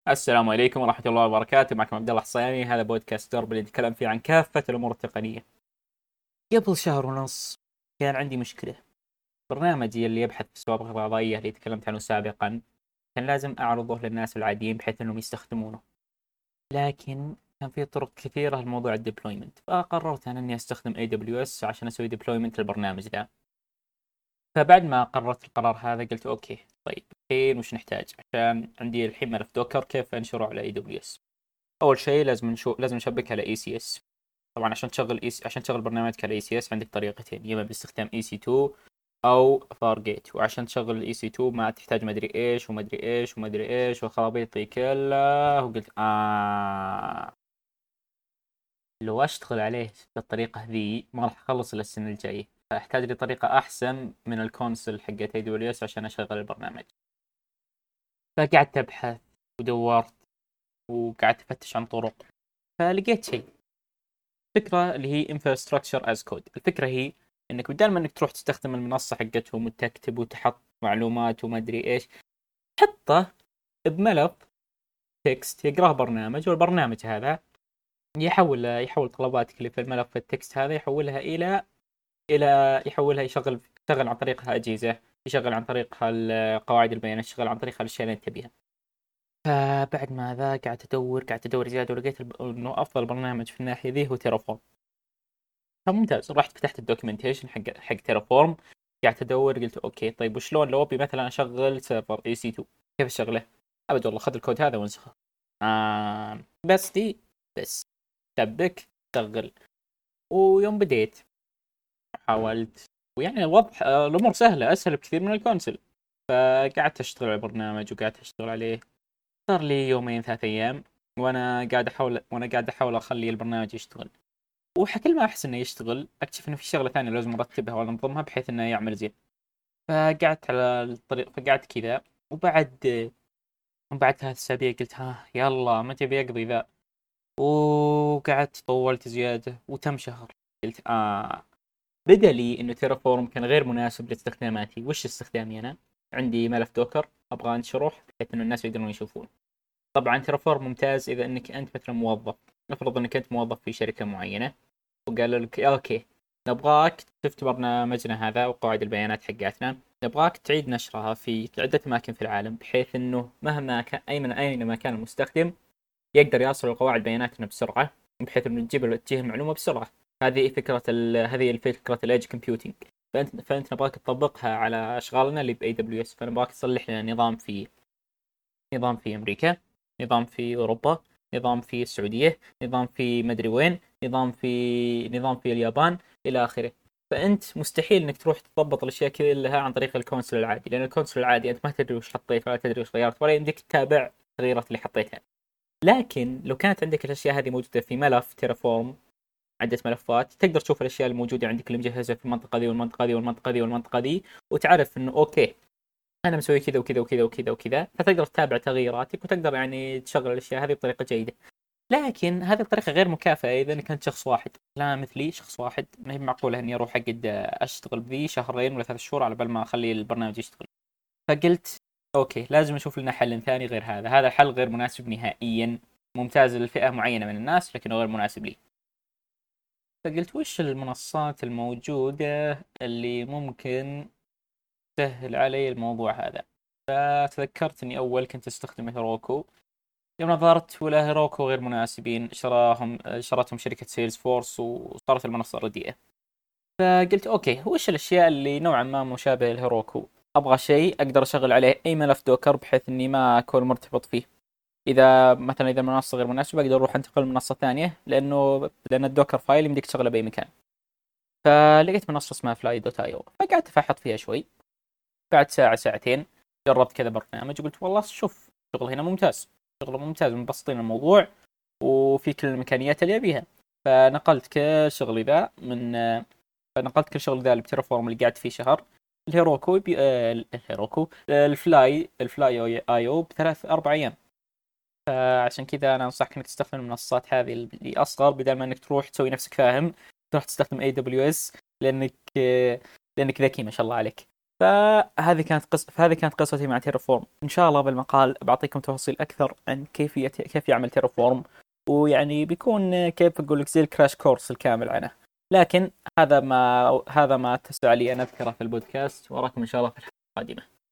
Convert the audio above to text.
السلام عليكم ورحمة الله وبركاته. معكم عبد الله حصياني. هذا بودكاست درب اللي نتكلم فيه عن كافة الأمور التقنية. قبل شهر ونص كان عندي مشكلة. برنامجي اللي يبحث في السوابق الفضائية اللي تكلمت عنه سابقا كان لازم أعرضه للناس العاديين بحيث أنهم يستخدمونه، لكن كان في طرق كثيرة لموضوع الديبلويمنت، فقررت أنا أني أستخدم AWS عشان أسوي ديبلويمنت للبرنامج ذا. فبعد ما قررت القرار هذا قلت أوكي، طيب الحين وش نحتاج؟ عشان عندي الحين ملف دوكر، كيف أنشره على AWS؟ اول شيء لازم نشبك على اي سي اس. طبعا عشان تشغل برنامجك على اي سي اس عندك طريقتين، يا اما باستخدام اي سي 2 او فارجيت. وعشان تشغل الاي سي 2 ما تحتاج مدري ايش ومدري ايش ومدري ايش والخرابيط ذي كلها. وقلت لو اشتغل عليه بالطريقه ذي ما راح اخلص الا السنه الجايه، فاحتاج لي طريقه احسن من الكونسل حقت اي دبليو اس عشان اشغل البرنامج. فقعدت ابحث ودورت وقعدت افتش عن طرق، فلقيت شيء، فكرة اللي هي infrastructure as code. الفكرة هي انك بدل ما انك تروح تستخدم المنصة حقتهم وتكتب وتحط معلومات وما ادري ايش، حطه بملف تكست يقراه برنامج، والبرنامج هذا يحول طلباتك اللي في الملف التكست هذا يحولها الى يشغل عن طريقها اجهزة، يشغل عن طريقها قواعد البيانات، يشغل عن طريقها الاشياء اللي انت تبيها. فبعد ما ذا قعدت ادور زيادة، ولقيت انه افضل برنامج في الناحية ذي هو تيرافورم. فممتاز، رحت فتحت الدوكيومنتيشن حق تيرافورم، قعدت ادور، قلت اوكي طيب وشلون لو ابي مثلا اشغل سيرفر اي سي 2 كيف اشغله؟ ابد والله، خذ الكود هذا وانسخه. بس دي بس شبك شغل. ويوم بديت حاولت، ويعني الوضع الامور سهله، اسهل بكثير من الكونسل. فقعدت اشتغل على البرنامج وقعدت اشتغل عليه. صار لي يومين 3 ايام وانا قاعد احاول اخلي البرنامج يشتغل. وكل ما احس انه يشتغل اكتشف انه في شغله ثانيه لازم ارتبها ولا انظمها بحيث انه يعمل زين. فقعدت على الطريق، فقعدت كذا. وبعد 3 اسابيع قلت ها يلا متى بيقضي ذا. وقعدت طولت زياده وتم شهر. قلت بدا لي انه تيرافورم كان غير مناسب لاستخداماتي. وش استخدامي انا؟ عندي ملف دوكر ابغى انشره بحيث انه الناس يقدرون يشوفون. طبعا تيرافورم ممتاز اذا انك انت مثلا موظف. افرض انك انت موظف في شركه معينه وقالوا لك اوكي نبغاك شفت برنامجنا هذا وقواعد البيانات حقتنا، نبغاك تعيد نشرها في عدة أماكن في العالم بحيث أنه مهما كان أينما كان المستخدم يقدر يصل لقواعد بياناتنا بسرعة، بحيث أنه تجيه المعلومة بسرعة. هذه فكرة الايدج كومبيوتنج. فأنت نبغاك تطبقها على أشغالنا اللي بأي دبليو اس. فنبغاك تصلح لنا نظام في أمريكا، نظام في أوروبا، نظام في السعودية، نظام في مدري وين، نظام في اليابان إلى آخره. فأنت مستحيل إنك تروح تضبط الأشياء كلها عن طريق الكونسول العادي، لأن الكونسول العادي أنت ما تدري وش حطيت ولا تدري وش غيرت ولا يمديك تتابع التغييرات اللي حطيتها. لكن لو كانت عندك الأشياء هذه موجودة في ملف تيرافورم، عدة ملفات، تقدر تشوف الأشياء الموجودة عندك اللي مجهزة في المنطقة ذي والمنطقة ذي والمنطقة ذي والمنطقة ذي، وتعرف إنه أوكي انا مسوي كذا وكذا وكذا وكذا وكذا، فتقدر تتابع تغييراتك وتقدر يعني تشغل الاشياء هذه بطريقه جيده. لكن هذه الطريقه غير مكافئه اذا كنت شخص واحد. لا مثلي شخص واحد ما هي معقوله اني اروح اقعد اشتغل بذي شهرين ولا 3 شهور على بال ما اخلي البرنامج يشتغل. فقلت اوكي لازم اشوف لنا حل ثاني غير هذا الحل غير مناسب نهائيا. ممتاز لفئه معينه من الناس لكنه غير مناسب لي. فقلت وش المنصات الموجوده اللي ممكن تسهل علي الموضوع هذا. فتذكرت اني اول كنت استخدم هيروكو. يوم نظرت ولا هيروكو غير مناسبين، شرتهم شركة سيلز فورس وصارت المنصة رديئة. فقلت اوكي وش الاشياء اللي نوعا ما مشابهة لهيروكو؟ ابغى شيء اقدر اشغل عليه اي ملف دوكر بحيث اني ما اكون مرتبط فيه. اذا المنصة غير مناسبة اقدر اروح انتقل لمنصة ثانية، لان الدوكر فايل يمديك تشغله باي مكان. فلقيت منصة اسمها فلاي دوت اي او، فقعدت افحط فيها شوي. بعد ساعة ساعتين جربت كذا برنامج وقلت والله شوف شغل هنا ممتاز، شغل ممتاز مبسطين الموضوع وفي كل الإمكانيات اللي أبيها. فنقلت كل شغلي ذا من فنقلت كل شغل ذا لتيرافورم اللي قعدت فيه شهر. الفلاي اي او ب3 4 ايام. فعشان كذا انا انصحك انك تستخدم المنصات هذه اللي اصغر، بدل ما انك تروح تسوي نفسك فاهم تروح تستخدم اي دبليو اس، لانك ذكي ما شاء الله عليك. فهذه كانت قصتي مع تيرافورم. ان شاء الله بالمقال بعطيكم تفاصيل اكثر عن كيف يعمل تيرافورم، ويعني بيكون كيف اقول لك زي الكراش كورس الكامل عنه. لكن هذا ما تسع لي ان اذكره في البودكاست، وراكم ان شاء الله في الحلقه القادمه.